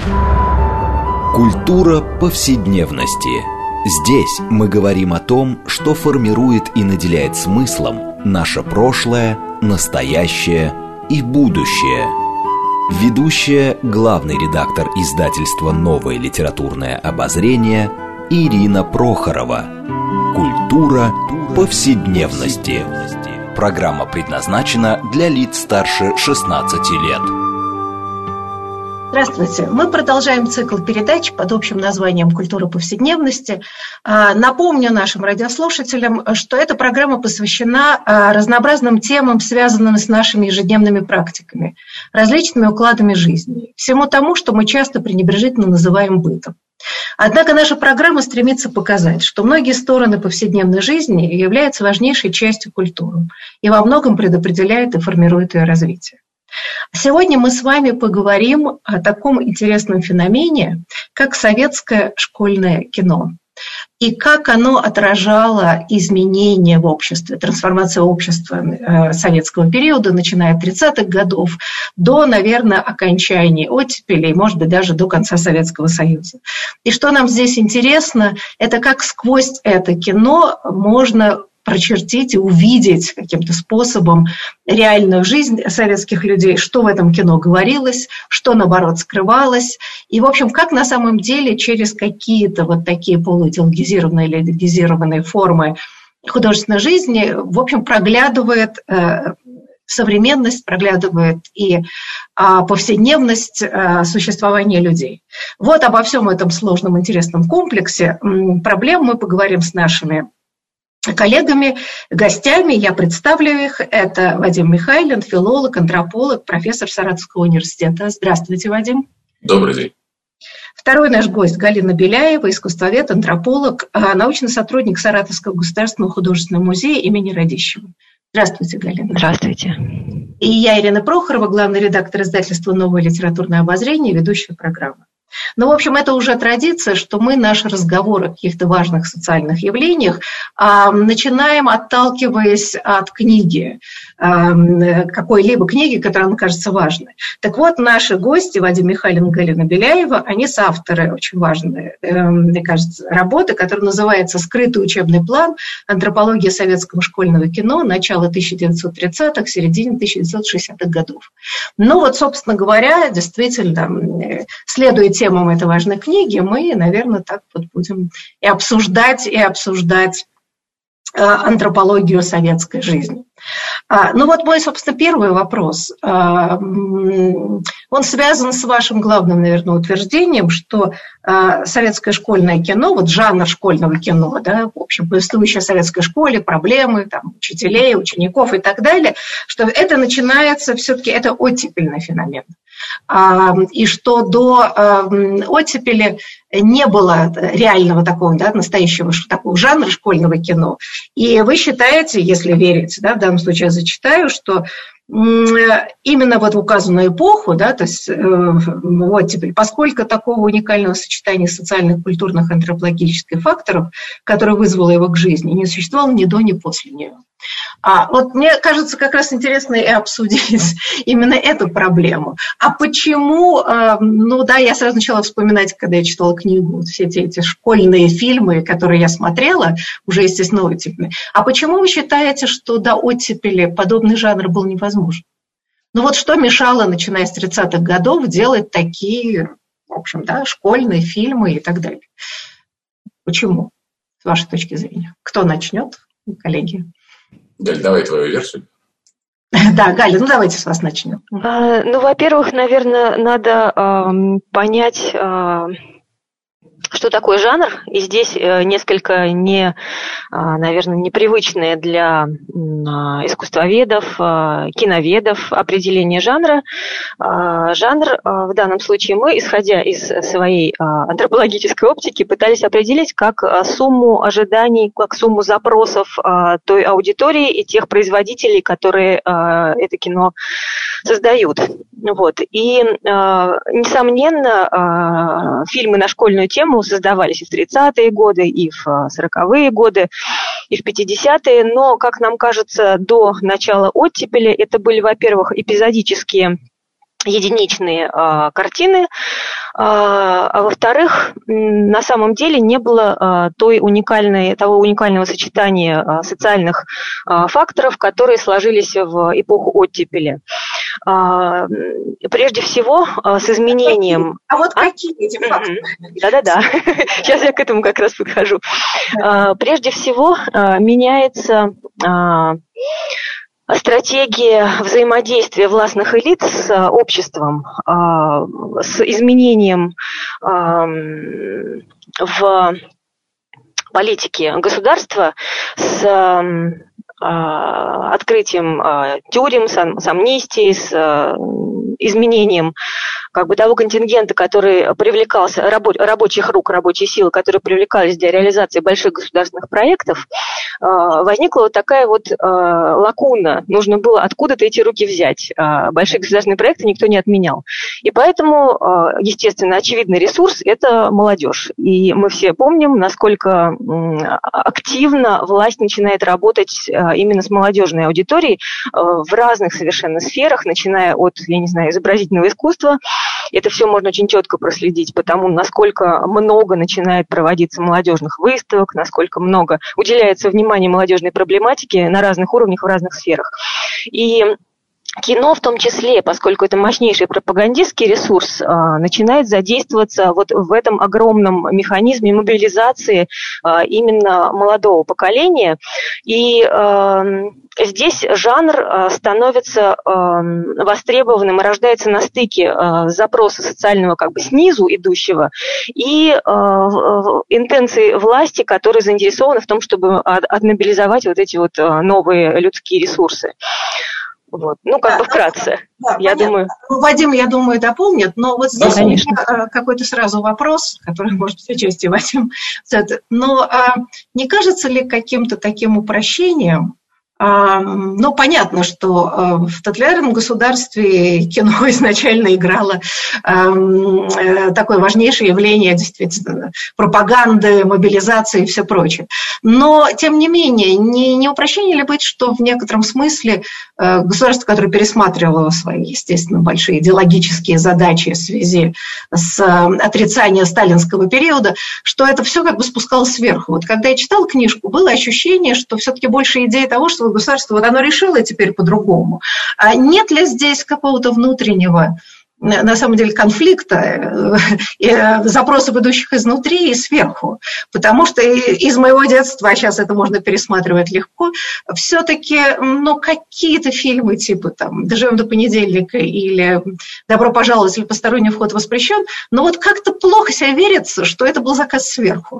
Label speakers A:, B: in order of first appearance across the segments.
A: Культура повседневности. Здесь мы говорим о том, что формирует и наделяет смыслом наше прошлое, настоящее и будущее. Ведущая, главный редактор издательства «Новое литературное обозрение» Ирина Прохорова. Культура повседневности. Программа предназначена для лиц старше 16 лет.
B: Здравствуйте. Мы продолжаем цикл передач под общим названием «Культура повседневности». Напомню нашим радиослушателям, что эта программа посвящена разнообразным темам, связанным с нашими ежедневными практиками, различными укладами жизни, всему тому, что мы часто пренебрежительно называем бытом. Однако наша программа стремится показать, что многие стороны повседневной жизни являются важнейшей частью культуры и во многом предопределяют и формируют ее развитие. Сегодня мы с вами поговорим о таком интересном феномене, как советское школьное кино, и как оно отражало изменения в обществе, трансформацию общества советского периода, начиная от 30-х годов до, наверное, окончания оттепели, может быть, даже до конца Советского Союза. И что нам здесь интересно, это как сквозь это кино можно прочертить и увидеть каким-то способом реальную жизнь советских людей, что в этом кино говорилось, что, наоборот, скрывалось. И, в общем, как на самом деле через какие-то вот такие полуидеологизированные или идеологизированные формы художественной жизни, в общем, проглядывает современность, проглядывает и повседневность существования людей. Вот обо всем этом сложном, интересном комплексе проблем мы поговорим с нашими коллегами, гостями. Я представлю их. Это Вадим Михайлин, филолог, антрополог, профессор Саратовского университета. Здравствуйте, Вадим.
C: Добрый день.
B: Второй наш гость Галина Беляева, искусствовед, антрополог, научный сотрудник Саратовского государственного художественного музея имени Радищева. Здравствуйте, Галина.
D: Здравствуйте.
B: И я, Ирина Прохорова, главный редактор издательства «Новое литературное обозрение», ведущая программы. Ну, в общем, это уже традиция, что мы наши разговоры о каких-то важных социальных явлениях начинаем, отталкиваясь от книги, какой-либо книги, которая нам кажется важной. Так вот, наши гости, Вадим Михайлин и Галина Беляева, они соавторы очень важной, мне кажется, работы, которая называется «Скрытый учебный план. Антропология советского школьного кино. Начало 1930-х, середина 1960-х годов». Ну, вот, собственно говоря, действительно, следуя темам этой важной книги, мы, наверное, так вот будем и обсуждать антропологию советской жизни. Ну вот мой, собственно, первый вопрос. Он связан с вашим главным, наверное, утверждением, что советское школьное кино, вот жанр школьного кино, да, в общем, повествующее о советской школе, проблемы там, учителей, учеников и так далее, что это начинается все-таки, это оттепельный феномен. И что до оттепели не было реального такого, да, настоящего такого жанра школьного кино. И вы считаете, если верите, да, в данном случае я зачитаю, что именно вот в указанную эпоху, да, то есть оттепель, поскольку такого уникального сочетания социальных, культурных, антропологических факторов, которое вызвало его к жизни, не существовало ни до, ни после нее. Вот мне кажется, как раз интересно и обсудить именно эту проблему. А почему, ну да, я сразу начала вспоминать, когда я читала книгу, все эти школьные фильмы, которые я смотрела, уже, естественно, оттепельные. А почему вы считаете, что до оттепели подобный жанр был невозможен? Ну вот что мешало, начиная с 30-х годов, делать такие, в общем, да, школьные фильмы и так далее? Почему, с вашей точки зрения? Кто начнет, коллеги?
C: Галь, давай твою версию.
B: Да, Галя, ну давайте с вас начнем.
D: Ну, во-первых, наверное, надо понять, что такое жанр, и здесь несколько наверное, непривычное для искусствоведов, киноведов определение жанра. Жанр в данном случае мы, исходя из своей антропологической оптики, пытались определить как сумму ожиданий, как сумму запросов той аудитории и тех производителей, которые это кино создают. Вот. И, несомненно, фильмы на школьную тему создавались и в 30-е годы, и в 40-е годы, и в 50-е, но, как нам кажется, до начала оттепели это были, во-первых, эпизодические единичные картины, А во-вторых, на самом деле не было того уникального сочетания социальных факторов, которые сложились в эпоху оттепели. Прежде всего, с изменением...
B: А вот какие эти факторы?
D: Да-да-да, сейчас я к этому как раз подхожу. Прежде всего, меняется стратегия взаимодействия властных элит с обществом, с изменением в политике государства, с открытием тюрем, с амнистией, с изменением того контингента, который привлекался, рабочих рук, рабочей силы, которые привлекались для реализации больших государственных проектов, возникла вот такая вот лакуна. Нужно было откуда-то эти руки взять. Большие государственные проекты никто не отменял. И поэтому, естественно, очевидный ресурс – это молодежь. И мы все помним, насколько активно власть начинает работать именно с молодежной аудиторией в разных совершенно сферах, начиная от, изобразительного искусства. Это все можно очень четко проследить по тому, насколько много начинает проводиться молодежных выставок, насколько много уделяется внимания молодежной проблематике на разных уровнях, в разных сферах. И кино в том числе, поскольку это мощнейший пропагандистский ресурс, начинает задействоваться вот в этом огромном механизме мобилизации именно молодого поколения. И здесь жанр становится востребованным и рождается на стыке запроса социального снизу идущего и интенции власти, которые заинтересованы в том, чтобы отмобилизовать вот эти вот новые людские ресурсы. Вот. Вкратце.
B: Да,
D: я думаю.
B: Вадим, я думаю, дополнит, но вот здесь у меня какой-то сразу вопрос, который, может быть, отчасти Вадим. Но не кажется ли каким-то таким упрощением? Понятно, что в тоталитарном государстве кино изначально играло такое важнейшее явление, действительно, пропаганды, мобилизации и все прочее. Но, тем не менее, не упрощение ли быть, что в некотором смысле государство, которое пересматривало свои, естественно, большие идеологические задачи в связи с отрицанием сталинского периода, что это все спускалось сверху. Вот когда я читала книжку, было ощущение, что все-таки больше идея того, что государство оно решило теперь по-другому. А нет ли здесь какого-то внутреннего, на самом деле, конфликта, запросов, идущих изнутри и сверху? Потому что из моего детства, а сейчас это можно пересматривать легко, все-таки какие-то фильмы типа «Доживем до понедельника» или «Добро пожаловать» или «Посторонний вход воспрещен», но вот как-то плохо себе верится, что это был заказ сверху.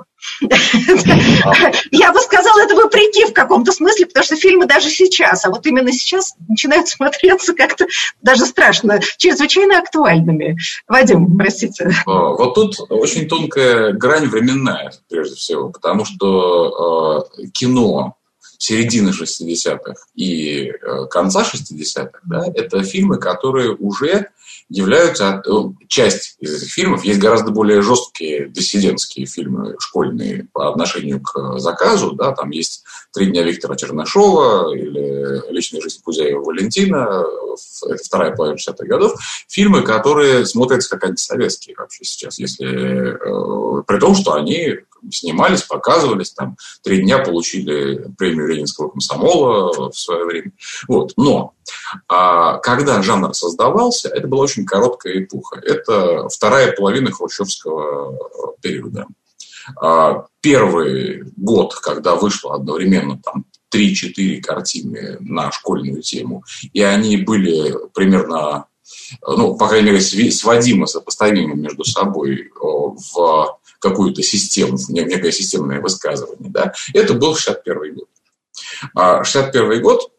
B: Я бы сказала, это вопреки в каком-то смысле, потому что фильмы даже сейчас, а вот именно сейчас начинают смотреться как-то даже страшно, чрезвычайно актуальными. Вадим, простите.
C: Вот тут очень тонкая грань временная, прежде всего, потому что кино середины 60-х и конца 60-х, это фильмы, которые уже являются... Часть из этих фильмов, есть гораздо более жесткие диссидентские фильмы школьные по отношению к заказу, там есть «Три дня» Виктора Чернышова или «Личная жизнь Кузяева Валентина», это вторая половина 60-х годов, фильмы, которые смотрятся как антисоветские вообще сейчас, при том, что они снимались, показывались, «Три дня» получили премию Ленинского комсомола в свое время. Но когда жанр создавался, это была очень короткая эпоха. Это вторая половина хрущевского периода. Первый год, когда вышло одновременно 3-4 картины на школьную тему, и они были примерно, по крайней мере, сводимо, сопоставимы между собой в какую-то систему, в некое системное высказывание, это был 61 год. 61 год,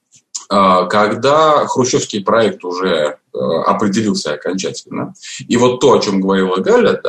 C: когда хрущевский проект уже определился окончательно. И вот то, о чем говорила Галя,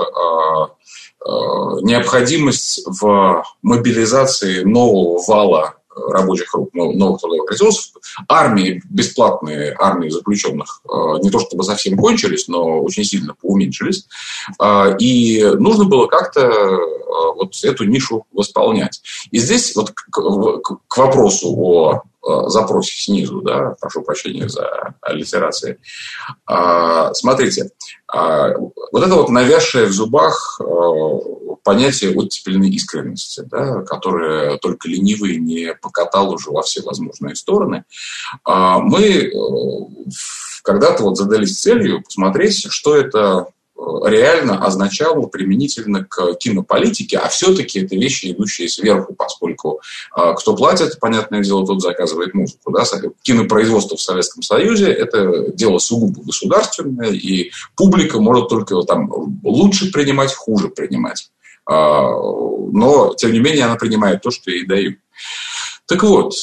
C: необходимость в мобилизации нового вала рабочих рук, новых трудовых ресурсов. Армии, бесплатные армии заключенных не то чтобы совсем кончились, но очень сильно поуменьшились. И нужно было как-то эту нишу восполнять. И здесь к вопросу о запросе снизу, да, прошу прощения за аллитерации. Смотрите, вот это вот навязшее в зубах понятие оттепельной искренности, да, которое только ленивый не покатал уже во все возможные стороны. Мы когда-то вот задались целью посмотреть, что это реально означало применительно к кинополитике, а все-таки это вещи, идущие сверху, поскольку кто платит, понятное дело, тот заказывает музыку. Да? Кинопроизводство в Советском Союзе – это дело сугубо государственное, и публика может только там лучше принимать, хуже принимать. Но, тем не менее, она принимает то, что ей дают. Так вот,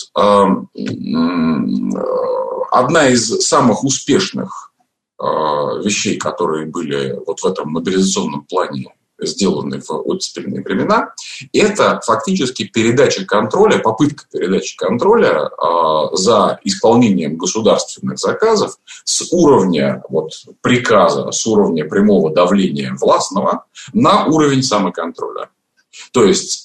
C: одна из самых успешных вещей, которые были вот в этом мобилизационном плане сделаны в оттепельные времена, это фактически передача контроля, попытка передачи контроля за исполнением государственных заказов с уровня вот, приказа, с уровня прямого давления властного на уровень самоконтроля. То есть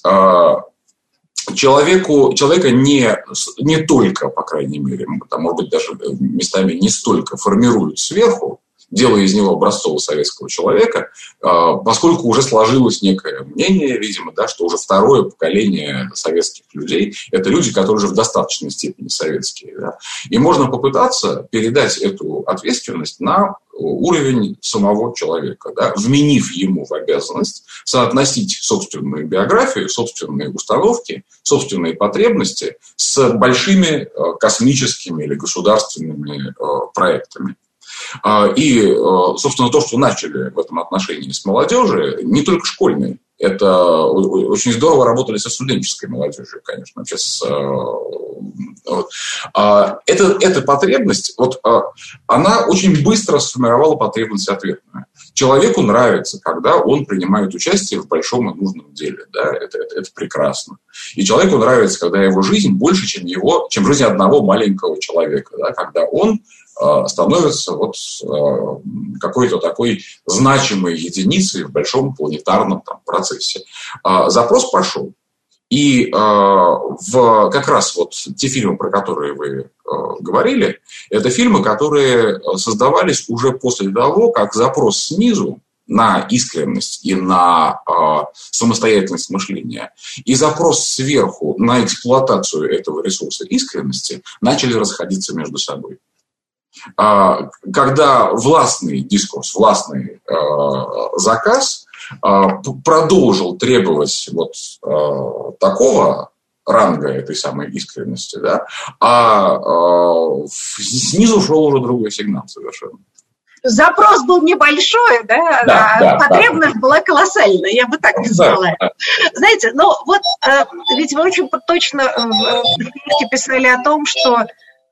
C: человека не только, по крайней мере, там, может быть, даже местами не столько формируют сверху, делая из него образцового советского человека, поскольку уже сложилось некое мнение, видимо, да, что уже второе поколение советских людей – это люди, которые уже в достаточной степени советские. Да, и можно попытаться передать эту ответственность на уровень самого человека, да, вменив ему в обязанность соотносить собственную биографию, собственные установки, собственные потребности с большими космическими или государственными проектами. И, собственно, то, что начали в этом отношении с молодежи, не только школьной. Это очень здорово работали со студенческой молодежью, конечно. Сейчас, вот. Эта потребность, вот, она очень быстро сформировала потребность ответную. Человеку нравится, когда он принимает участие в большом и нужном деле. Да? Это прекрасно. И человеку нравится, когда его жизнь больше, чем жизнь одного маленького человека. Да? Когда он становится вот какой-то такой значимой единицей в большом планетарном там процессе. Запрос пошел. И как раз вот те фильмы, про которые вы говорили, это фильмы, которые создавались уже после того, как запрос снизу на искренность и на самостоятельность мышления, и запрос сверху на эксплуатацию этого ресурса искренности начали расходиться между собой. Когда властный дискурс, властный заказ продолжил требовать вот такого ранга этой самой искренности, да, снизу шел уже другой сигнал совершенно.
B: Запрос был небольшой, да, потребность была колоссальная, я бы так назвала. Да. Знаете, вот ведь вы очень точно в книжке писали о том, что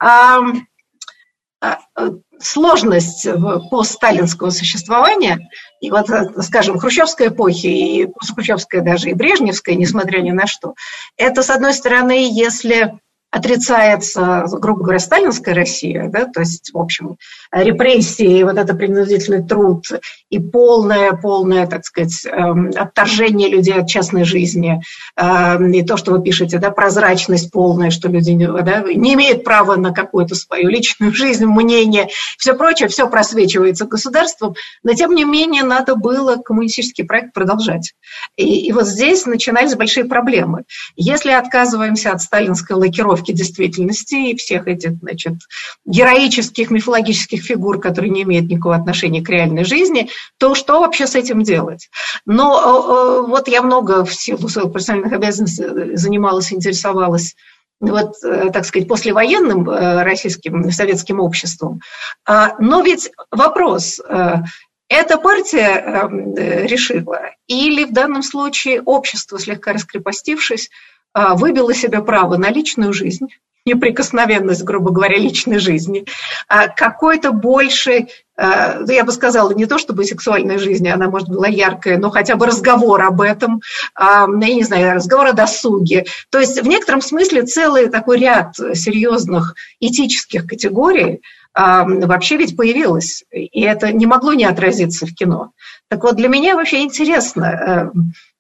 B: сложность постсталинского существования, и вот, скажем, хрущевской эпохи, и постхрущевская даже, и брежневская, несмотря ни на что, это, с одной стороны, если отрицается, грубо говоря, сталинская Россия, да, то есть, в общем, репрессии, вот это принудительный труд и полное, так сказать, отторжение людей от частной жизни, и то, что вы пишете, да, прозрачность полная, что люди не имеют права на какую-то свою личную жизнь, мнение, все прочее, все просвечивается государством, но, тем не менее, надо было коммунистический проект продолжать. И вот здесь начинались большие проблемы. Если отказываемся от сталинской лакировки действительности и всех этих, значит, героических мифологических фигур, которые не имеют никакого отношения к реальной жизни, то что вообще с этим делать? Но вот я много в силу своих профессиональных обязанностей занималась, интересовалась, вот, так сказать, послевоенным российским, советским обществом. Но ведь вопрос, эта партия решила, или в данном случае общество, слегка раскрепостившись, выбило себе право на личную жизнь, неприкосновенность, грубо говоря, личной жизни, какой-то больший, я бы сказала, не то чтобы сексуальная жизнь, она, может, была яркая, но хотя бы разговор об этом, я не знаю, разговор о досуге. То есть в некотором смысле целый такой ряд серьезных этических категорий вообще ведь появилось, и это не могло не отразиться в кино. Так вот, для меня вообще интересно,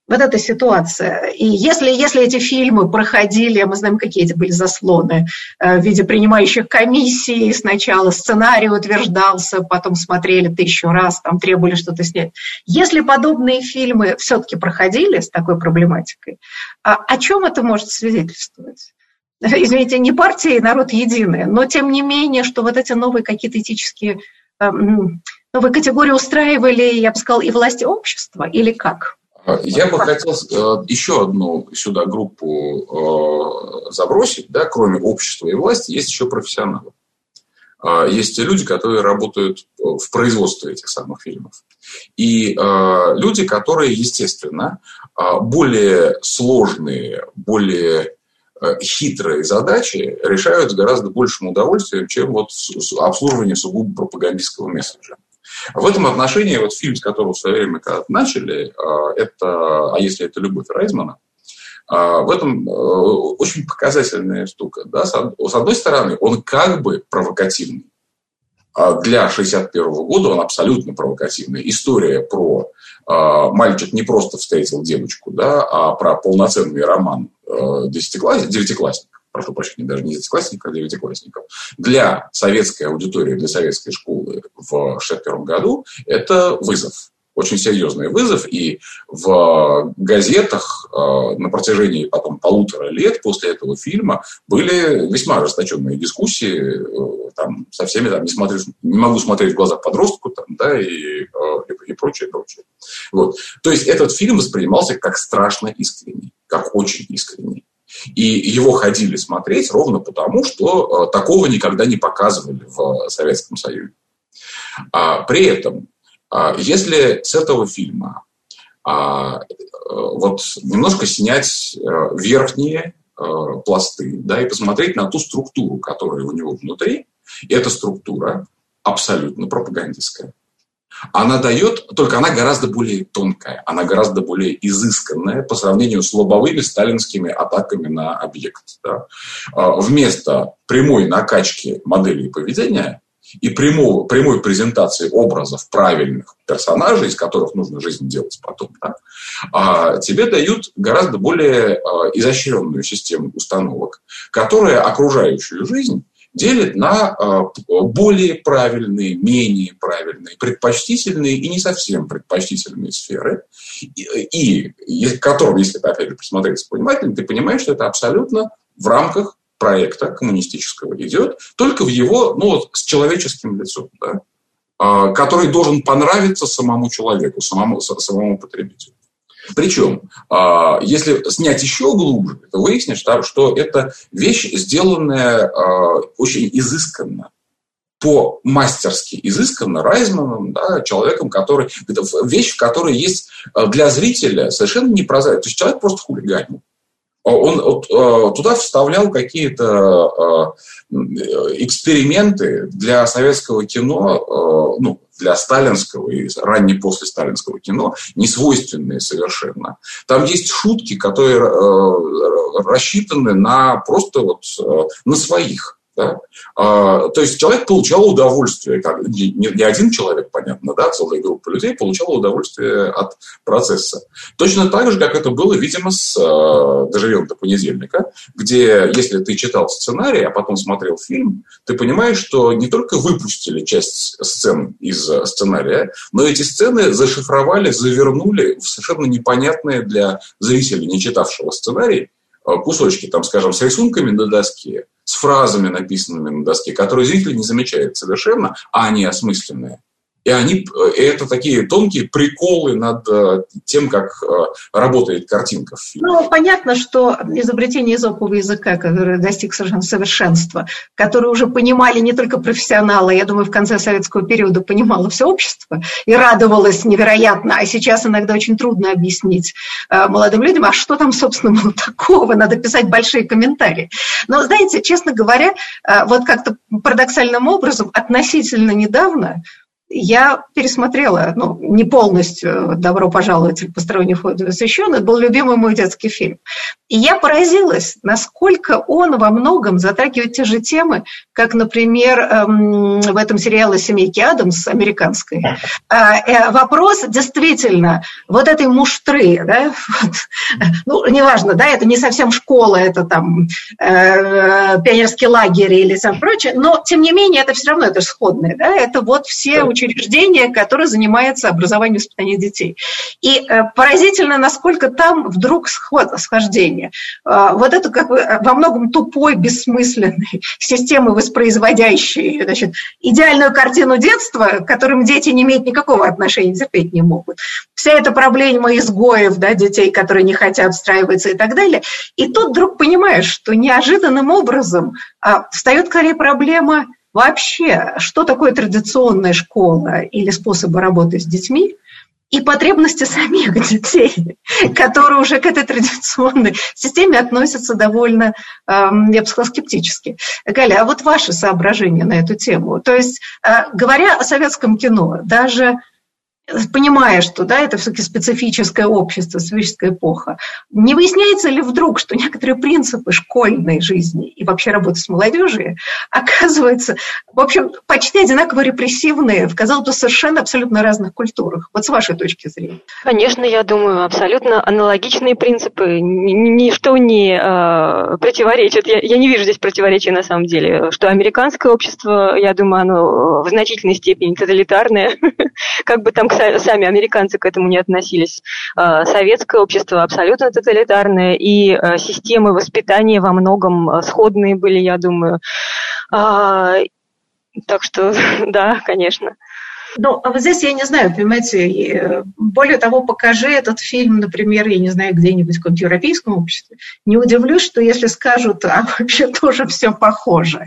B: Вот эта ситуация. И если эти фильмы проходили, мы знаем, какие эти были заслоны, в виде принимающих комиссий, сначала сценарий утверждался, потом смотрели 1000 раз, там требовали что-то снять. Если подобные фильмы все-таки проходили с такой проблематикой, о чем это может свидетельствовать? Извините, не партия и народ единые, но тем не менее, что вот эти новые какие-то этические, новые категории устраивали, я бы сказала, и власти общества, или как?
C: Я бы хотел еще одну сюда группу забросить, да, кроме общества и власти, есть еще профессионалы. Есть люди, которые работают в производстве этих самых фильмов. И люди, которые, естественно, более сложные, более хитрые задачи решают с гораздо большим удовольствием, чем вот обслуживание сугубо пропагандистского месседжа. В этом отношении вот фильм, с которого в свое время когда-то начали, это «А если это любовь» Райзмана, в этом очень показательная штука. Да? С одной стороны, он как бы провокативный. Для 1961 года он абсолютно провокативный. История про мальчик не просто встретил девочку, да, а про полноценный роман девятиклассников. Прошу прощения, даже не девятиклассников, а девятиклассников. Для советской аудитории, для советской школы в 1961 году это вызов. Очень серьезный вызов. И в газетах на протяжении потом 1,5 лет после этого фильма были весьма ожесточенные дискуссии. Там, со всеми там, не могу смотреть в глаза подростку там, да, и прочее, прочее. Вот. То есть этот фильм воспринимался как страшно искренний, как очень искренний. И его ходили смотреть ровно потому, что такого никогда не показывали в Советском Союзе. При этом, если с этого фильма вот немножко снять верхние пласты, да, и посмотреть на ту структуру, которая у него внутри, эта структура абсолютно пропагандистская. Она дает, только она гораздо более тонкая, она гораздо более изысканная по сравнению с лобовыми сталинскими атаками на объект. Да. Вместо прямой накачки моделей поведения и прямой презентации образов правильных персонажей, из которых нужно жизнь делать потом, да, тебе дают гораздо более изощренную систему установок, которая окружающую жизнь делит на более правильные, менее правильные, предпочтительные и не совсем предпочтительные сферы, и к которым, если ты опять же присмотреться внимательно, ты понимаешь, что это абсолютно в рамках проекта коммунистического идет, только в его, с человеческим лицом, да, который должен понравиться самому человеку, самому потребителю. Причем, если снять еще глубже, то выяснишь, что это вещь, сделанная очень изысканно, по-мастерски изысканно Райзманом, да, человеком, который... Это вещь, в которой есть для зрителя совершенно непрозрачная. То есть человек просто хулиганил. Он туда вставлял какие-то эксперименты для советского кино, для сталинского и ранне-после-сталинского кино, несвойственные совершенно. Там есть шутки, которые рассчитаны на просто на своих. Да? То есть человек получал удовольствие, не один человек, понятно, да, целая группа людей получала удовольствие от процесса. Точно так же, как это было, видимо, с «Доживем до понедельника», где, если ты читал сценарий, а потом смотрел фильм, ты понимаешь, что не только выпустили часть сцен из сценария, но эти сцены зашифровали, завернули в совершенно непонятные для зрителя, не читавшего сценарий, кусочки, там, скажем, с рисунками на доске, с фразами, написанными на доске, которые зритель не замечает совершенно, а они осмысленные. И это такие тонкие приколы над тем, как работает картинка в фильме.
B: Понятно, что изобретение эзопового языка, который достиг совершенно совершенства, который уже понимали не только профессионалы, я думаю, в конце советского периода понимало все общество и радовалось невероятно, а сейчас иногда очень трудно объяснить молодым людям, а что там, собственно, было такого, надо писать большие комментарии. Но, знаете, честно говоря, вот как-то парадоксальным образом относительно недавно я пересмотрела, не полностью «Добро пожаловать» или «Посторонний вход воспрещен», это был любимый мой детский фильм. И я поразилась, насколько он во многом затрагивает те же темы, как, например, в этом сериале «Семейки Адамс» американской. Вопрос действительно вот этой муштры, да, неважно, да, это не совсем школа, это там пионерский лагерь или там прочее, но, тем не менее, это все равно это сходное, да, это вот все учреждения, которые занимаются образованием и воспитанием детей. И поразительно, насколько там вдруг схождение. Вот это как бы во многом тупой, бессмысленной системы, воспроизводящей, значит, идеальную картину детства, к которым дети не имеют никакого отношения, терпеть не могут. Вся эта проблема изгоев, да, детей, которые не хотят встраиваться и так далее. И тут вдруг понимаешь, что неожиданным образом встает скорее проблема вообще, что такое традиционная школа или способы работы с детьми, и потребности самих детей, которые уже к этой традиционной системе относятся довольно, я бы сказала, скептически. Галя, а вот ваши соображения на эту тему? То есть, говоря о советском кино, даже понимая, что да, это все-таки специфическое общество, специфическая эпоха, не выясняется ли вдруг, что некоторые принципы школьной жизни и вообще работы с молодежью оказываются, в общем, почти одинаково репрессивные в, казалось бы, совершенно абсолютно разных культурах? Вот с вашей точки зрения.
D: Конечно, я думаю, абсолютно аналогичные принципы, ничто не противоречит. Я не вижу здесь противоречия на самом деле, что американское общество, я думаю, оно в значительной степени тоталитарное, как бы там сами американцы к этому не относились. Советское общество абсолютно тоталитарное, и системы воспитания во многом сходные были, я думаю. Так что, да, конечно.
B: Ну, а вот здесь я не знаю, понимаете, более того, покажи этот фильм, например, я не знаю, где-нибудь в каком-то европейском обществе, не удивлюсь, что если скажут, а вообще тоже все похоже.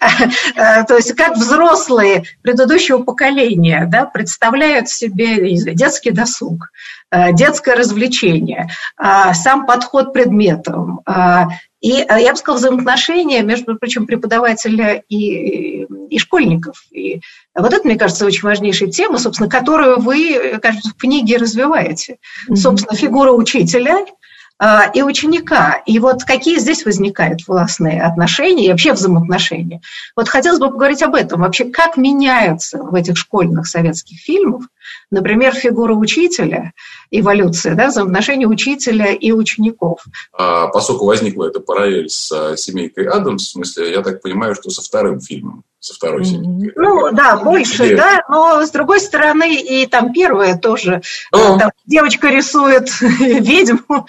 B: То есть как взрослые предыдущего поколения, да, представляют себе, не знаю, детский досуг, детское развлечение, сам подход к предметам, и, я бы сказала, взаимоотношения между, причем, преподавателя и школьников. И вот это, мне кажется, очень важнейшая тема, собственно, которую вы, кажется, в книге развиваете. Собственно, фигура учителя и ученика. И вот какие здесь возникают властные отношения и вообще взаимоотношения. Вот хотелось бы поговорить об этом. Вообще, как меняются в этих школьных советских фильмах, например, фигура учителя, эволюция, да, взаимоотношения учителя и учеников.
C: Поскольку возникла эта параллель с «Семейкой Адамс», в смысле, я так понимаю, что со вторым фильмом, со второй «Семейкой».
B: Ну, да, больше, да, но с другой стороны, и там первое тоже. Там девочка рисует ведьму,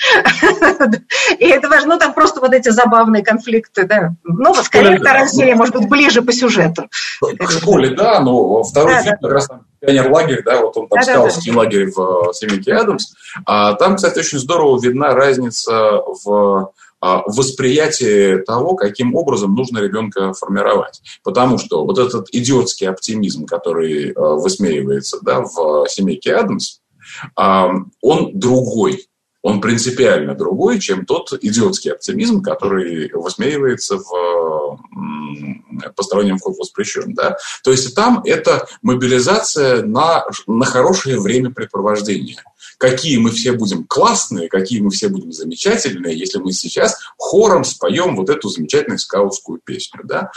B: и это важно, ну, там просто вот эти забавные конфликты, да. Ну, вот, скорее, вторая серия, может быть, ближе по сюжету.
C: В школе, да, но второй фильм как раз там пионер-лагерь, да, вот он там скаутский лагерь в «Семейке Адамс». Там, кстати, очень здорово видна разница в восприятие того, каким образом нужно ребенка формировать. Потому что вот этот идиотский оптимизм, который высмеивается, да, в «Семейке Адамс», он другой. Он принципиально другой, чем тот идиотский оптимизм, который высмеивается в «Посторонним вход воспрещен». Да? То есть там это мобилизация на хорошее времяпрепровождение. Какие мы все будем классные, какие мы все будем замечательные, если мы сейчас хором споем вот эту замечательную скаутскую песню. Да?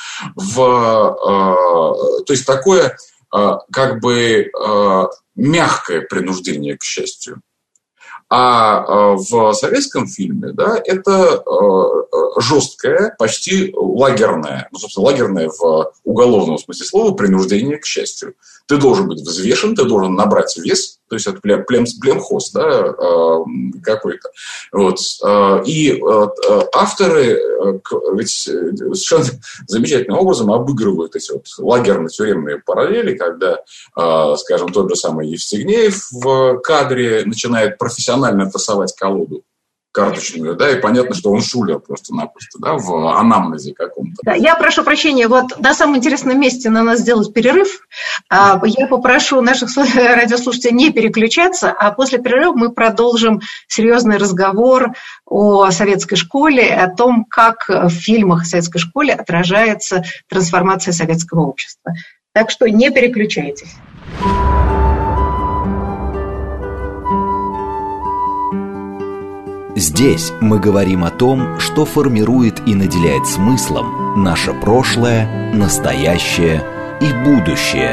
C: То есть такое как бы мягкое принуждение к счастью. А в советском фильме, да, это жесткое, почти лагерное, ну, собственно, лагерное в уголовном смысле слова, принуждение к счастью. Ты должен быть взвешен, ты должен набрать вес, то есть это племхоз, да, какой-то. Вот. И авторы ведь совершенно замечательным образом обыгрывают эти вот лагерно-тюремные параллели, когда, скажем, тот же самый Евстигнеев в кадре начинает профессионально тасовать колоду карточную, да, и понятно, что он шулер просто-напросто, да, в анамнезе каком-то.
B: Да, я прошу прощения, вот на самом интересном месте надо сделать перерыв. Я попрошу наших радиослушателей не переключаться, а после перерыва мы продолжим серьезный разговор о советской школе, о том, как в фильмах о советской школе отражается трансформация советского общества. Так что не переключайтесь.
A: Здесь мы говорим о том, что формирует и наделяет смыслом наше прошлое, настоящее и будущее.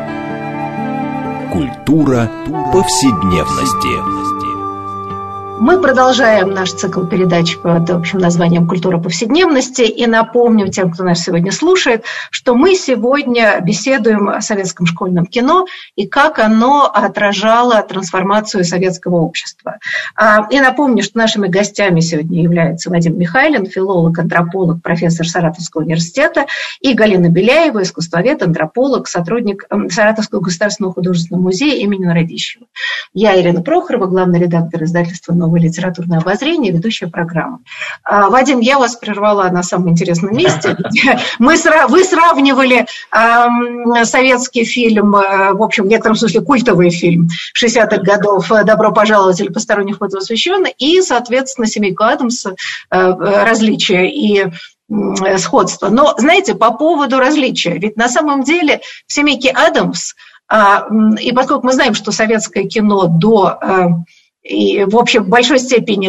A: Культура повседневности.
B: Мы продолжаем наш цикл передач под общим названием «Культура повседневности». И напомню тем, кто нас сегодня слушает, что мы сегодня беседуем о советском школьном кино и как оно отражало трансформацию советского общества. И напомню, что нашими гостями сегодня являются Вадим Михайлин, филолог, антрополог, профессор Саратовского университета, и Галина Беляева, искусствовед, антрополог, сотрудник Саратовского государственного художественного музея имени Радищева. Я Ирина Прохорова, главный редактор издательства «Новое литературное обозрение», ведущая программы. Вадим, я вас прервала на самом интересном месте. Вы сравнивали советский фильм, в общем, в некотором смысле культовый фильм 60-х годов «Добро пожаловать» или «Посторонний вход воспрещен» и, соответственно, «Семейку Адамса», различия и сходства. Но, знаете, по поводу различия, ведь на самом деле в «Семейке Адамс», и поскольку мы знаем, что советское кино и, в общем, в большой степени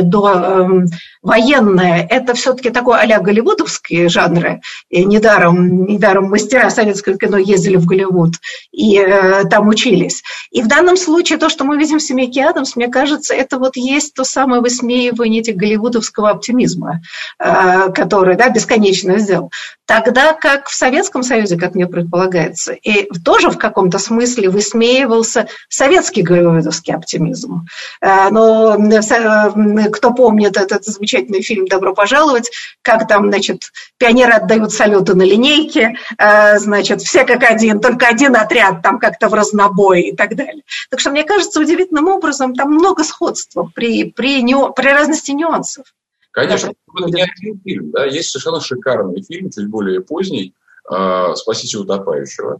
B: военное, это все-таки такой а-ля голливудовские жанры. И недаром мастера советского кино ездили в Голливуд и там учились. И в данном случае то, что мы видим в «Семейке Адамс», мне кажется, это вот есть то самое высмеивание этих голливудовского оптимизма, который, бесконечно сделал. Тогда как в Советском Союзе, как мне предполагается, и тоже в каком-то смысле высмеивался советский голливудовский оптимизм. Но кто помнит этот замечательный фильм «Добро пожаловать», как там, пионеры отдают салюты на линейке, все как один, только один отряд там как-то в разнобой и так далее. Так что, мне кажется, удивительным образом там много сходства при разности нюансов.
C: Конечно, это не один фильм, да, есть совершенно шикарный фильм, чуть более поздний, «Спасите утопающего»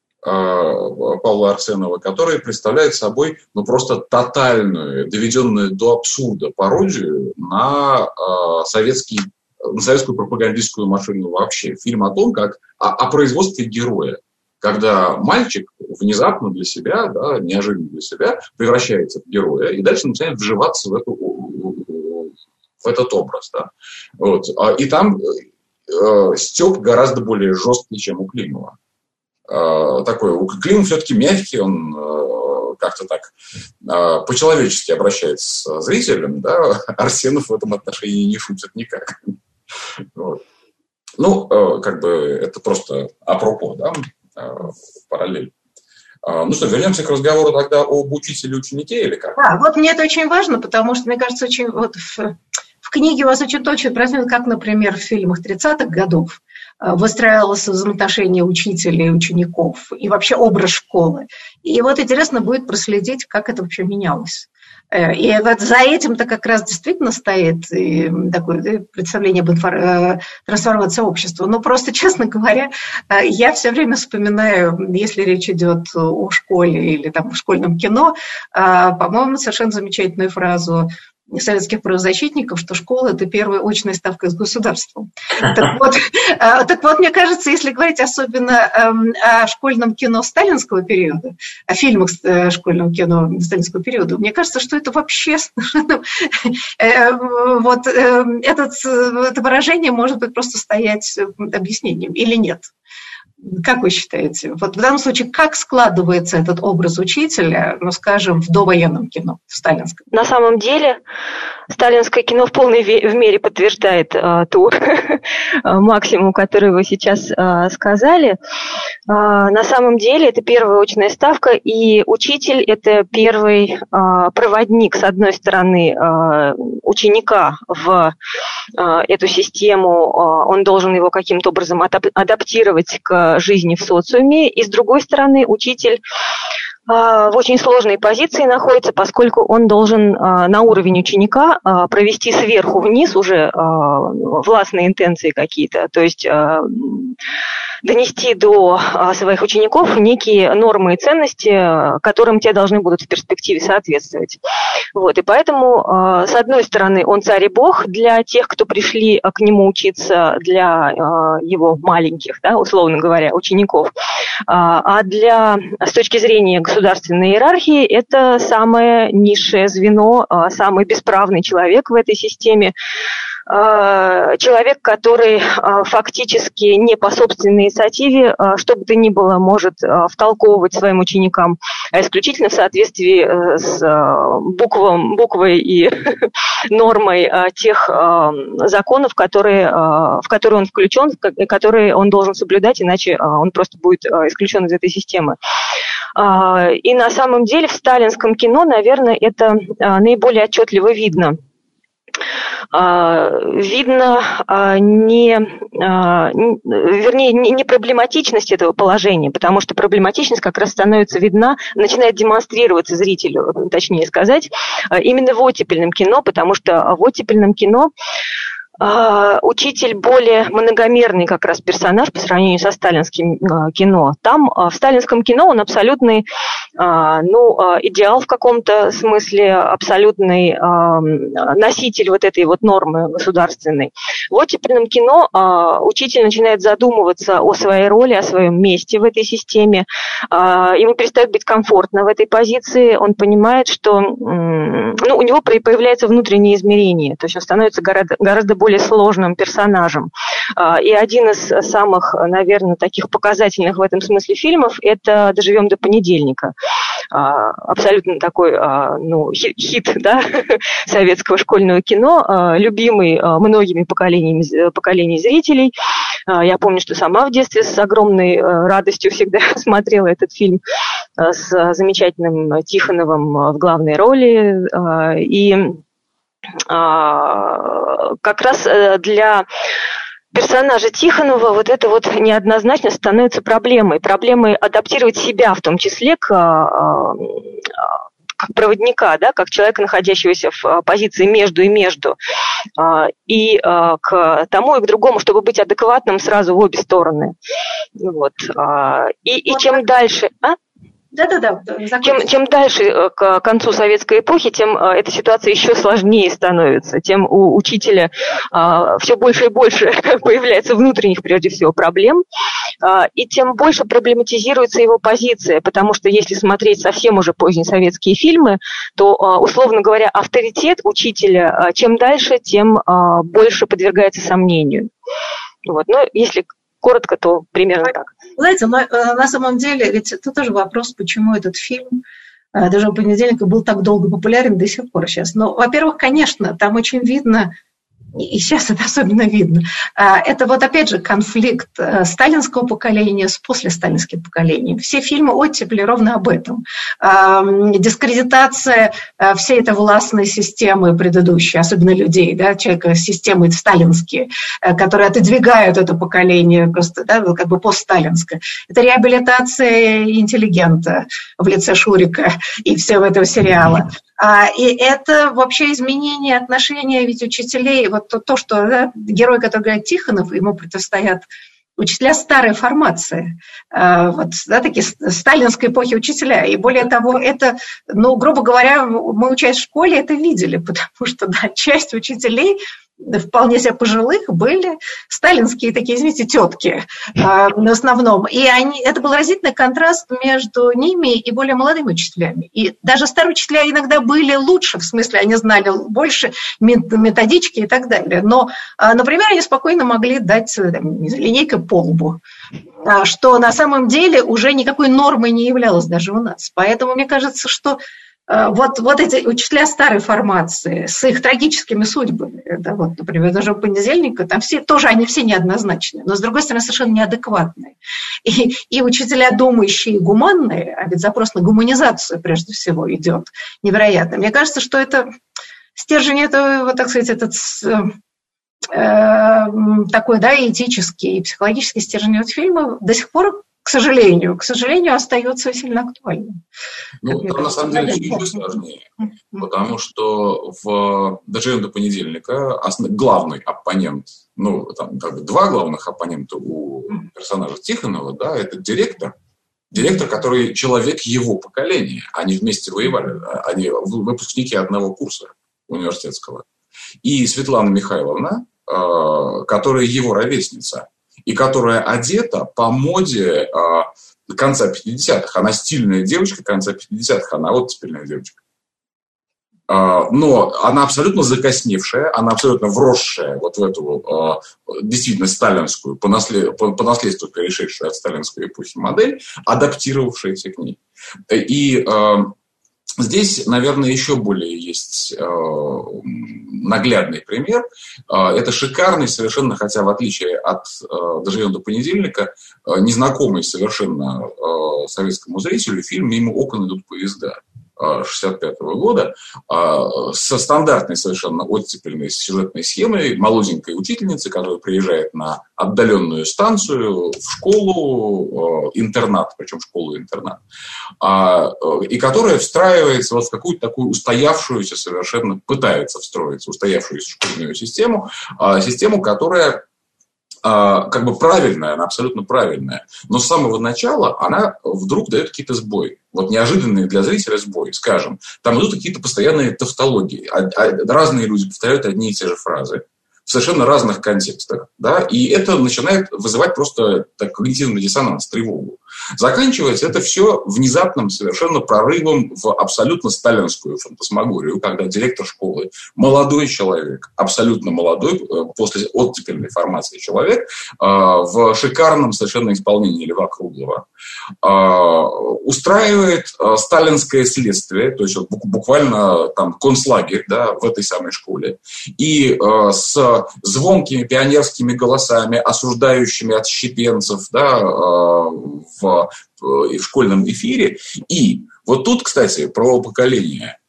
C: Павла Арсенова, который представляет собой просто тотальную, доведенную до абсурда пародию на советскую пропагандистскую машину вообще. Фильм о том, как о производстве героя, когда мальчик внезапно для себя, неожиданно для себя, превращается в героя и дальше начинает вживаться в этот образ. Да. Вот. И там стёб гораздо более жесткий, чем у Климова. У Климова все-таки мягкий, он как-то так по-человечески обращается с зрителем, да? Арсенов в этом отношении не шутит никак. Вот. Это просто апропо, да, параллель. Вернемся к разговору тогда об учителе и ученике или как?
B: Да, вот мне это очень важно, потому что, мне кажется, очень в книге у вас очень точно происходит, как, например, в фильмах 30-х годов выстраивалось взаимоотношение учителя и учеников, и вообще образ школы. И вот интересно будет проследить, как это вообще менялось. И вот за этим-то как раз действительно стоит такое представление об трансформации общества. Но просто, честно говоря, я все время вспоминаю, если речь идет о школе или в школьном кино, по-моему, совершенно замечательную фразу советских правозащитников, что школа – это первая очная ставка с государством. Так вот, мне кажется, если говорить особенно о школьном кино сталинского периода, о фильмах школьного кино сталинского периода, мне кажется, что это вообще это выражение может быть просто стоять объяснением или нет. Как вы считаете? Вот в данном случае, как складывается этот образ учителя, скажем, в довоенном кино, в сталинском?
D: На самом деле, сталинское кино в полной мере подтверждает ту максимум, который вы сейчас сказали. На самом деле, это первая очная ставка, и учитель – это первый проводник, с одной стороны, ученика в эту систему, он должен его каким-то образом адаптировать к жизни в социуме, и с другой стороны, учитель в очень сложной позиции находится, поскольку он должен на уровень ученика провести сверху вниз уже властные интенции какие-то, то есть донести до своих учеников некие нормы и ценности, которым те должны будут в перспективе соответствовать. Вот, и поэтому, с одной стороны, он царь и бог для тех, кто пришли к нему учиться, для его маленьких, да, условно говоря, учеников, а с точки зрения государственной иерархии, это самое низшее звено, самый бесправный человек в этой системе, человек, который фактически не по собственной инициативе, что бы то ни было, может втолковывать своим ученикам, а исключительно в соответствии с буквой и нормой тех законов, в которые он включен, которые он должен соблюдать, иначе он просто будет исключен из этой системы. И на самом деле в сталинском кино, наверное, это наиболее отчетливо видно. Видно не проблематичность этого положения, потому что проблематичность как раз становится видна, начинает демонстрироваться зрителю, точнее сказать, именно в оттепельном кино, потому что в оттепельном кино учитель более многомерный как раз персонаж по сравнению со сталинским кино. Там в сталинском кино он абсолютный идеал в каком-то смысле, абсолютный носитель вот этой вот нормы государственной. В оттепельном кино учитель начинает задумываться о своей роли, о своем месте в этой системе. Ему перестает быть комфортно в этой позиции. Он понимает, что у него появляется внутреннее измерение, то есть он становится гораздо более сложным персонажем. И один из самых, наверное, таких показательных в этом смысле фильмов – это «Доживем до понедельника». Абсолютно такой хит, да, советского школьного кино, любимый многими поколениями зрителей. Я помню, что сама в детстве с огромной радостью всегда смотрела этот фильм с замечательным Тихоновым в главной роли. И как раз для персонажа Тихонова вот это вот неоднозначно становится проблемой адаптировать себя в том числе как проводника, да, как человека, находящегося в позиции между и между, и к тому и к другому, чтобы быть адекватным сразу в обе стороны. Вот. И чем дальше... Чем дальше к концу советской эпохи, тем эта ситуация еще сложнее становится, тем у учителя все больше и больше появляется внутренних, прежде всего, проблем, и тем больше проблематизируется его позиция, потому что если смотреть совсем уже поздние советские фильмы, то, условно говоря, авторитет учителя чем дальше, тем больше подвергается сомнению. Вот. Но если коротко, то примерно так.
B: Знаете, на самом деле, ведь это тоже вопрос, почему этот фильм «Доживем до понедельника» был так долго популярен до сих пор сейчас. Но, во-первых, конечно, там очень видно, и сейчас это особенно видно, это вот опять же конфликт сталинского поколения с послесталинским поколением. Все фильмы оттепели ровно об этом. Дискредитация всей этой властной системы предыдущей, особенно людей, да, человека, системы сталинские, которые отодвигают это поколение просто, да, как бы постсталинское. Это реабилитация интеллигента в лице Шурика и всего этого сериала. И это вообще изменение отношения ведь учителей, вот то, что, да, герой, который говорит Тихонов, ему противостоят учителя старой формации, вот, да, такие сталинской эпохи учителя. И более того, это, грубо говоря, мы, учась в школе, это видели, потому что, да, часть учителей вполне себе пожилых были сталинские такие, извините, тетки в основном. И это был разительный контраст между ними и более молодыми учителями. И даже старые учителя иногда были лучше, в смысле, они знали больше методички и так далее. Но, например, они спокойно могли дать линейкой по лбу, что на самом деле уже никакой нормой не являлось даже у нас. Поэтому мне кажется, что вот эти учителя старой формации с их трагическими судьбами, да, вот, например, даже у понедельника, там все, тоже они все неоднозначные, но, с другой стороны, совершенно неадекватные. И учителя думающие и гуманные, а ведь запрос на гуманизацию, прежде всего, идет невероятно. Мне кажется, что это стержень этого, вот, так сказать, этот такой, да, этический и психологический стержень от фильма до сих пор, к к сожалению, остается сильно актуальным.
C: Ну, там на самом деле все еще сложнее, потому что в «Доживем до понедельника» главный оппонент, ну, там как бы два главных оппонента у персонажа Тихонова, да, это директор, который человек его поколения. Они вместе воевали, они выпускники одного курса университетского. И Светлана Михайловна, которая его ровесница, и которая одета по моде конца 50-х. Она стильная девочка конца 50-х, она оттепельная девочка. Но она абсолютно закосневшая, она абсолютно вросшая вот в эту действительно сталинскую, по наследству перешедшую от сталинской эпохи модель, адаптировавшаяся к ней. И здесь, наверное, еще более есть наглядный пример. Это шикарный совершенно, хотя в отличие от «Доживем до понедельника», незнакомый совершенно советскому зрителю фильм «Мимо окон идут поезда» 1965 года со стандартной совершенно оттепельной сюжетной схемой молоденькой учительницы, которая приезжает на отдаленную станцию в школу-интернат, причем школу-интернат, и которая встраивается вот в какую-то такую устоявшуюся совершенно, пытается встроиться в устоявшуюся школьную систему, которая как бы правильная, она абсолютно правильная. Но с самого начала она вдруг дает какие-то сбои. Вот неожиданные для зрителя сбои. Скажем, там идут какие-то постоянные тавтологии. Разные люди повторяют одни и те же фразы в совершенно разных контекстах. Да? И это начинает вызывать просто когнитивный диссонанс, тревогу. Заканчивается это все внезапным совершенно прорывом в абсолютно сталинскую фантасмагорию, когда директор школы, молодой человек, абсолютно молодой, после оттепельной формации человек, в шикарном совершенно исполнении Льва Круглова, устраивает сталинское следствие, то есть вот буквально там концлагерь, да, в этой самой школе, и с звонкими пионерскими голосами, осуждающими отщепенцев, да, в школьном эфире. И вот тут, кстати, про поколение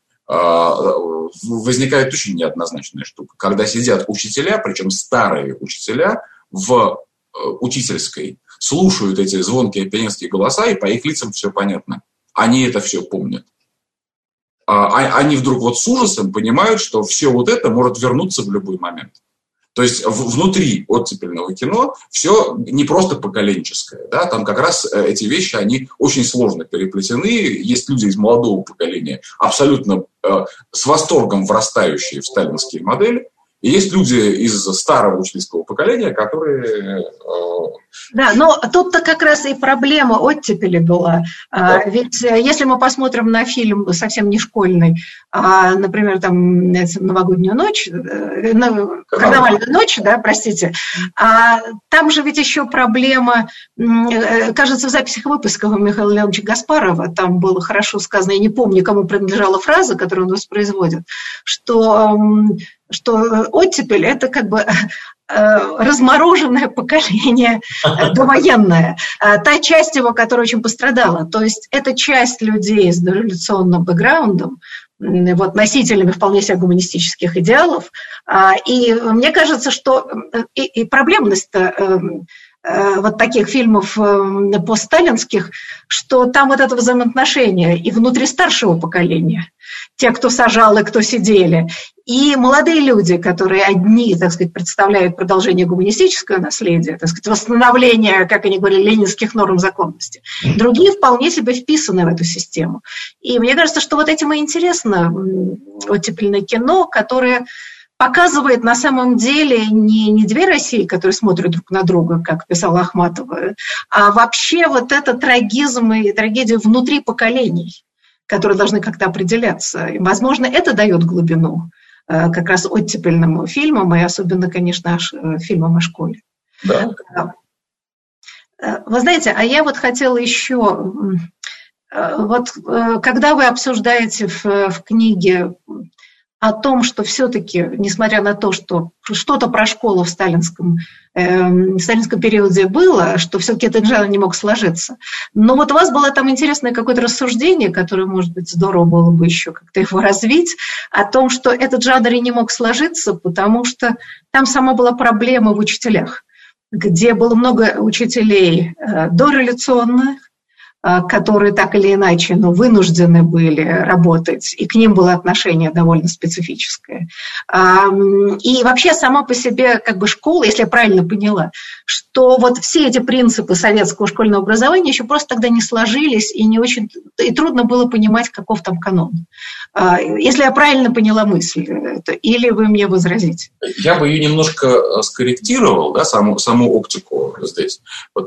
C: возникает очень неоднозначная штука. Когда сидят учителя, причем старые учителя, в учительской, слушают эти звонкие пионерские голоса, и по их лицам все понятно. Они это все помнят. Они вдруг вот с ужасом понимают, что все вот это может вернуться в любой момент. То есть внутри оттепельного кино все не просто поколенческое. Да? Там как раз эти вещи, они очень сложно переплетены. Есть люди из молодого поколения, абсолютно с восторгом врастающие в сталинские модели. И есть люди из старого учительского поколения, которые...
B: Да, но тут-то как раз и проблема оттепели была. Да. Ведь если мы посмотрим на фильм совсем не школьный, например, там «Новогоднюю ночь», «Карнавальную ночь», да, простите, там же ведь еще проблема, кажется, в записях выпусков Михаила Леоновича Гаспарова, там было хорошо сказано, я не помню, кому принадлежала фраза, которую он воспроизводит, что оттепель – это как бы размороженное поколение довоенное, та часть его, которая очень пострадала. То есть это часть людей с дореволюционным бэкграундом, вот, носителями вполне себе гуманистических идеалов. И мне кажется, что и проблемность-то вот таких фильмов постсталинских, что там вот это взаимоотношение и внутри старшего поколения, те, кто сажал и кто сидели, и молодые люди, которые одни, так сказать, представляют продолжение гуманистического наследия, так сказать, восстановление, как они говорили, ленинских норм законности. Другие вполне себе вписаны в эту систему. И мне кажется, что вот этим и интересно оттепельное кино, которое показывает на самом деле не две России, которые смотрят друг на друга, как писала Ахматова, а вообще вот этот трагизм и трагедию внутри поколений, которые должны как-то определяться. И, возможно, это дает глубину как раз оттепельным фильмам, и особенно, конечно, фильмам о школе.
C: Да.
B: Вы знаете, а я вот хотела еще... Вот когда вы обсуждаете в книге о том, что все-таки, несмотря на то, что что-то про школу в сталинском периоде было, что все-таки этот жанр не мог сложиться. Но вот у вас было там интересное какое-то рассуждение, которое, может быть, здорово было бы еще как-то его развить, о том, что этот жанр и не мог сложиться, потому что там сама была проблема в учителях. где было много учителей дореволюционных, которые так или иначе вынуждены были работать, и к ним было отношение довольно специфическое. И вообще сама по себе школа, если я правильно поняла, что вот все эти принципы советского школьного образования еще просто тогда не сложились, и не очень, и трудно было понимать, каков там канон. Если я правильно поняла мысль, или вы мне возразите?
C: Я бы ее немножко скорректировал, да, саму оптику здесь,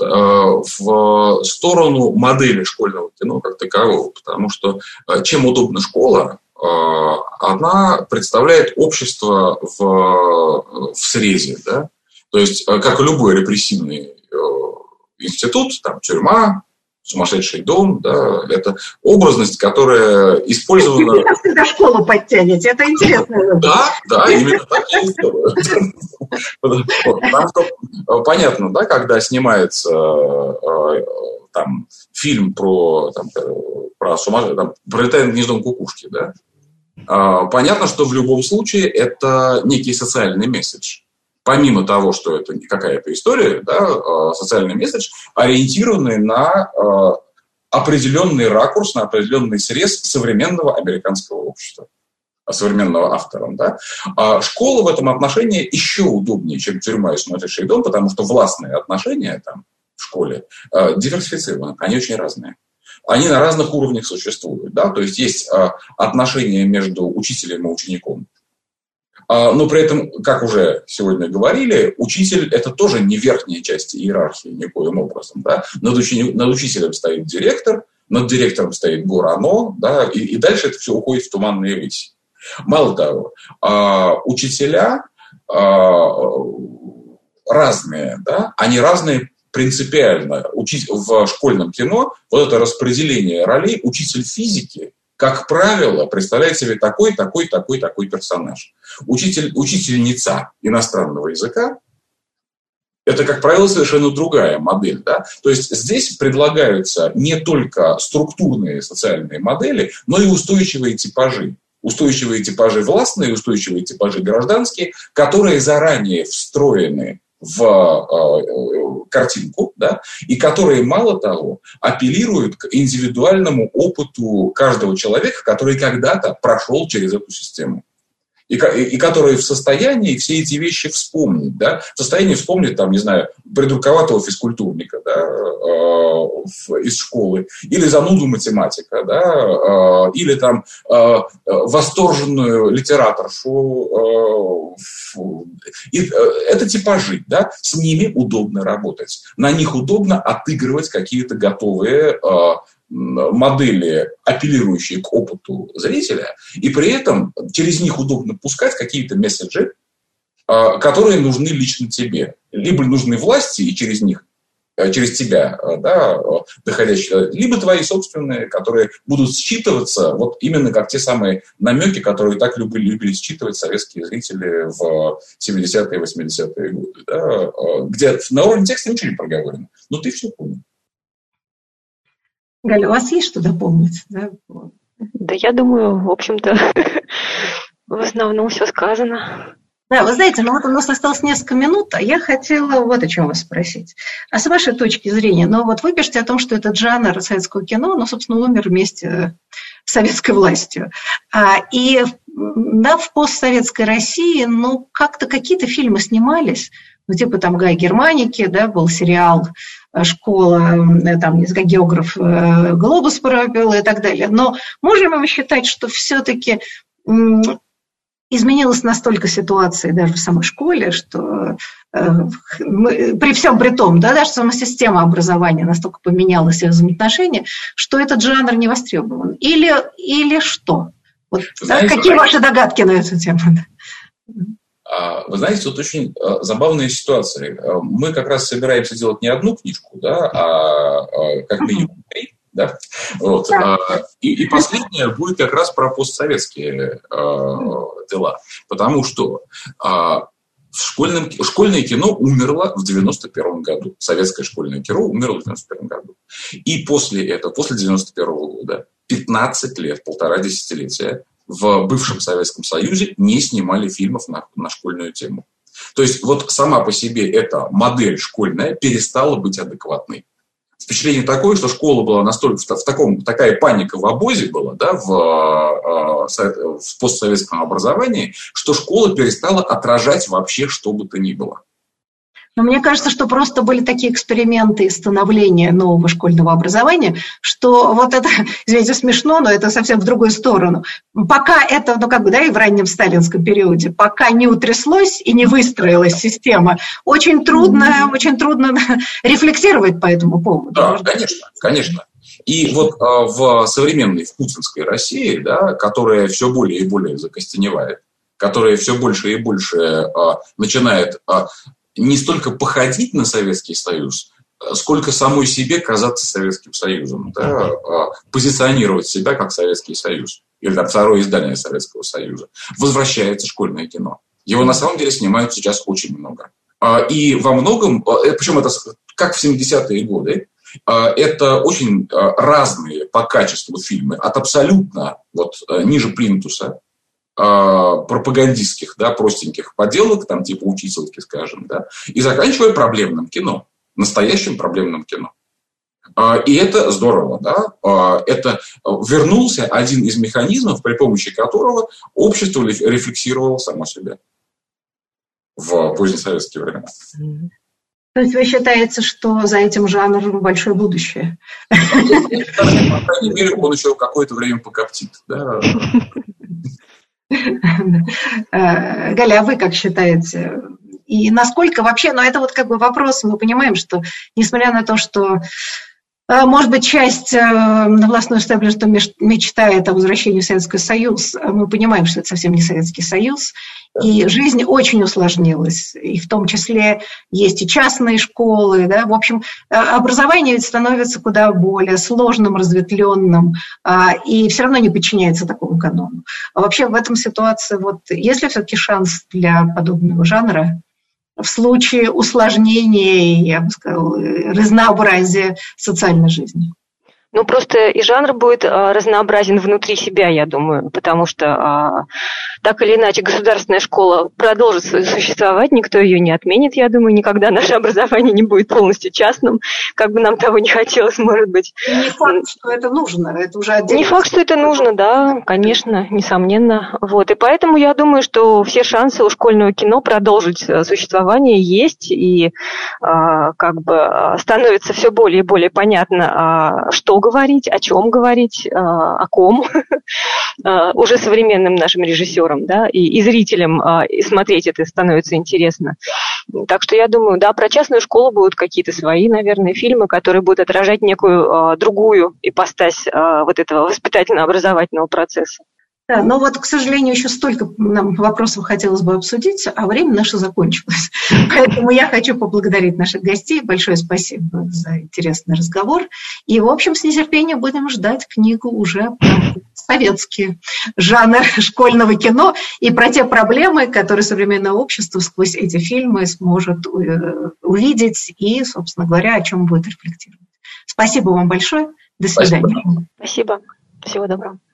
C: в сторону модели школьного кино как такового, потому что чем удобна школа, она представляет общество в срезе, да? То есть, как и любой репрессивный институт, там, тюрьма, сумасшедший дом, да, это образность, которая использована...
B: Вы всегда школу подтянете, это интересно.
C: Да, именно так я и сделаю. Потому что понятно, да, когда снимается там фильм про «Пролетая над гнездом кукушки», да, понятно, что в любом случае это некий социальный месседж. Помимо того, что это какая-то история, да, социальный месседж, ориентированный на определенный ракурс, на определенный срез современного американского общества, современного автора. Да. Школа в этом отношении еще удобнее, чем тюрьма и сумасшедший дом, потому что властные отношения там в школе диверсифицированы, они очень разные. Они на разных уровнях существуют. Да? То есть есть отношения между учителем и учеником. Но при этом, как уже сегодня говорили, учитель – это тоже не верхняя часть иерархии никоим образом. Да? Над учителем стоит директор, над директором стоит горано, да? И дальше это все уходит в туманные выси. Мало того, учителя разные, да? Они разные принципиально. В школьном кино вот это распределение ролей, учитель физики, как правило, представляет себе такой персонаж. Учительница иностранного языка – это, как правило, совершенно другая модель. Да? То есть здесь предлагаются не только структурные социальные модели, но и устойчивые типажи. Устойчивые типажи властные, устойчивые типажи гражданские, которые заранее встроены в картинку, да, и которые, мало того, апеллируют к индивидуальному опыту каждого человека, который когда-то прошел через эту систему. И которые в состоянии все эти вещи вспомнить, да, в состоянии вспомнить, там, не знаю, придурковатого физкультурника, да, из школы, или зануду математика, да, или там восторженную литераторшу. Это типажи, да, с ними удобно работать, на них удобно отыгрывать какие-то готовые модели, апеллирующие к опыту зрителя, и при этом через них удобно пускать какие-то месседжи, которые нужны лично тебе. Либо нужны власти, и через них, через тебя, да, доходящие, либо твои собственные, которые будут считываться вот именно как те самые намеки, которые так любили считывать советские зрители в 70-е и 80-е годы. Да, где на уровне текста ничего не проговорено. Но ты все понял.
B: Галя, у вас есть что дополнить? Да,
D: да, я думаю, в общем-то, в основном все сказано.
B: Да, вы знаете, вот у нас осталось несколько минут, а я хотела вот о чем вас спросить. А с вашей точки зрения, вот вы пишете о том, что этот жанр советского кино, собственно, умер вместе с советской властью. И да, в постсоветской России, как-то какие-то фильмы снимались, типа там «Гай Германики», да, был сериал «Школа», там, не знаю, географ «Глобус» пропил и так далее. Но можем мы считать, что все-таки изменилась настолько ситуация даже в самой школе, что при всем при том, да, даже сама система образования настолько поменялась и взаимоотношения, что этот жанр не востребован? Или что? Вот, знаете, да, какие ваши догадки на эту тему?
C: Вы знаете, тут очень забавная ситуация. Мы как раз собираемся делать не одну книжку, да, а как минимум 3. Да? Вот. И последняя будет как раз про постсоветские дела. Потому что школьное кино умерло в 91 году. Советское школьное кино умерло в 91 году. И после этого, после 91 года, 15 лет, 1,5 десятилетия в бывшем Советском Союзе не снимали фильмов на школьную тему. То есть вот сама по себе эта модель школьная перестала быть адекватной. Впечатление такое, что школа была настолько такая паника в обозе была, да, в постсоветском образовании, что школа перестала отражать вообще что бы то ни было.
B: Но мне кажется, что просто были такие эксперименты становления нового школьного образования, что вот это, извините, смешно, но это совсем в другую сторону. Пока это, и в раннем сталинском периоде, пока не утряслось и не выстроилась система, очень трудно рефлексировать по этому поводу.
C: Да, конечно. И вот в современной, в путинской России, да, которая все более и более закостеневает, которая все больше и больше начинает не столько походить на Советский Союз, сколько самой себе казаться Советским Союзом, да, позиционировать себя как Советский Союз, или там второе издание Советского Союза. Возвращается школьное кино. Его на самом деле снимают сейчас очень много. И во многом, причем это как в 70-е годы, это очень разные по качеству фильмы, от абсолютно ниже плинтуса, пропагандистских, да, простеньких поделок, там типа учительки, скажем, да, и заканчивая проблемным кино, настоящим проблемным кино. И это здорово, да. Это вернулся один из механизмов, при помощи которого общество рефлексировало само себя в позднесоветские времена.
B: То есть вы считаете, что за этим жанром большое будущее?
C: По крайней мере, он еще какое-то время покоптит, да.
B: Галя, а вы как считаете? И насколько вообще, это вопрос, мы понимаем, что несмотря на то, что, может быть, часть властного истеблишмента мечтает о возвращении в Советский Союз, мы понимаем, что это совсем не Советский Союз, и жизнь очень усложнилась, и в том числе есть и частные школы, да, в общем, образование ведь становится куда более сложным, разветвленным, и все равно не подчиняется такому канону. А вообще в этом ситуации, есть ли все-таки шанс для подобного жанра в случае усложнения, я бы сказала, разнообразия социальной жизни?
D: Просто и жанр будет разнообразен внутри себя, я думаю, потому что так или иначе государственная школа продолжит существовать, никто ее не отменит, я думаю, никогда наше образование не будет полностью частным, как бы нам того не хотелось, может быть.
B: Не факт, что это нужно, это уже отдельно.
D: Не факт, что это нужно, да, конечно, несомненно. И поэтому я думаю, что все шансы у школьного кино продолжить существование есть, и становится все более и более понятно, что говорить, о чем говорить, о ком, уже современным нашим режиссерам, да, и зрителям смотреть это становится интересно. Так что я думаю, да, про частную школу будут какие-то свои, наверное, фильмы, которые будут отражать некую другую ипостась этого воспитательно-образовательного процесса.
B: Да, но к сожалению, еще столько нам вопросов хотелось бы обсудить, а время наше закончилось. Поэтому я хочу поблагодарить наших гостей. Большое спасибо за интересный разговор. И, в общем, с нетерпением будем ждать книгу уже про советский жанр школьного кино и про те проблемы, которые современное общество сквозь эти фильмы сможет увидеть и, собственно говоря, о чем будет рефлектировать. Спасибо вам большое. До свидания.
D: Спасибо. Всего доброго.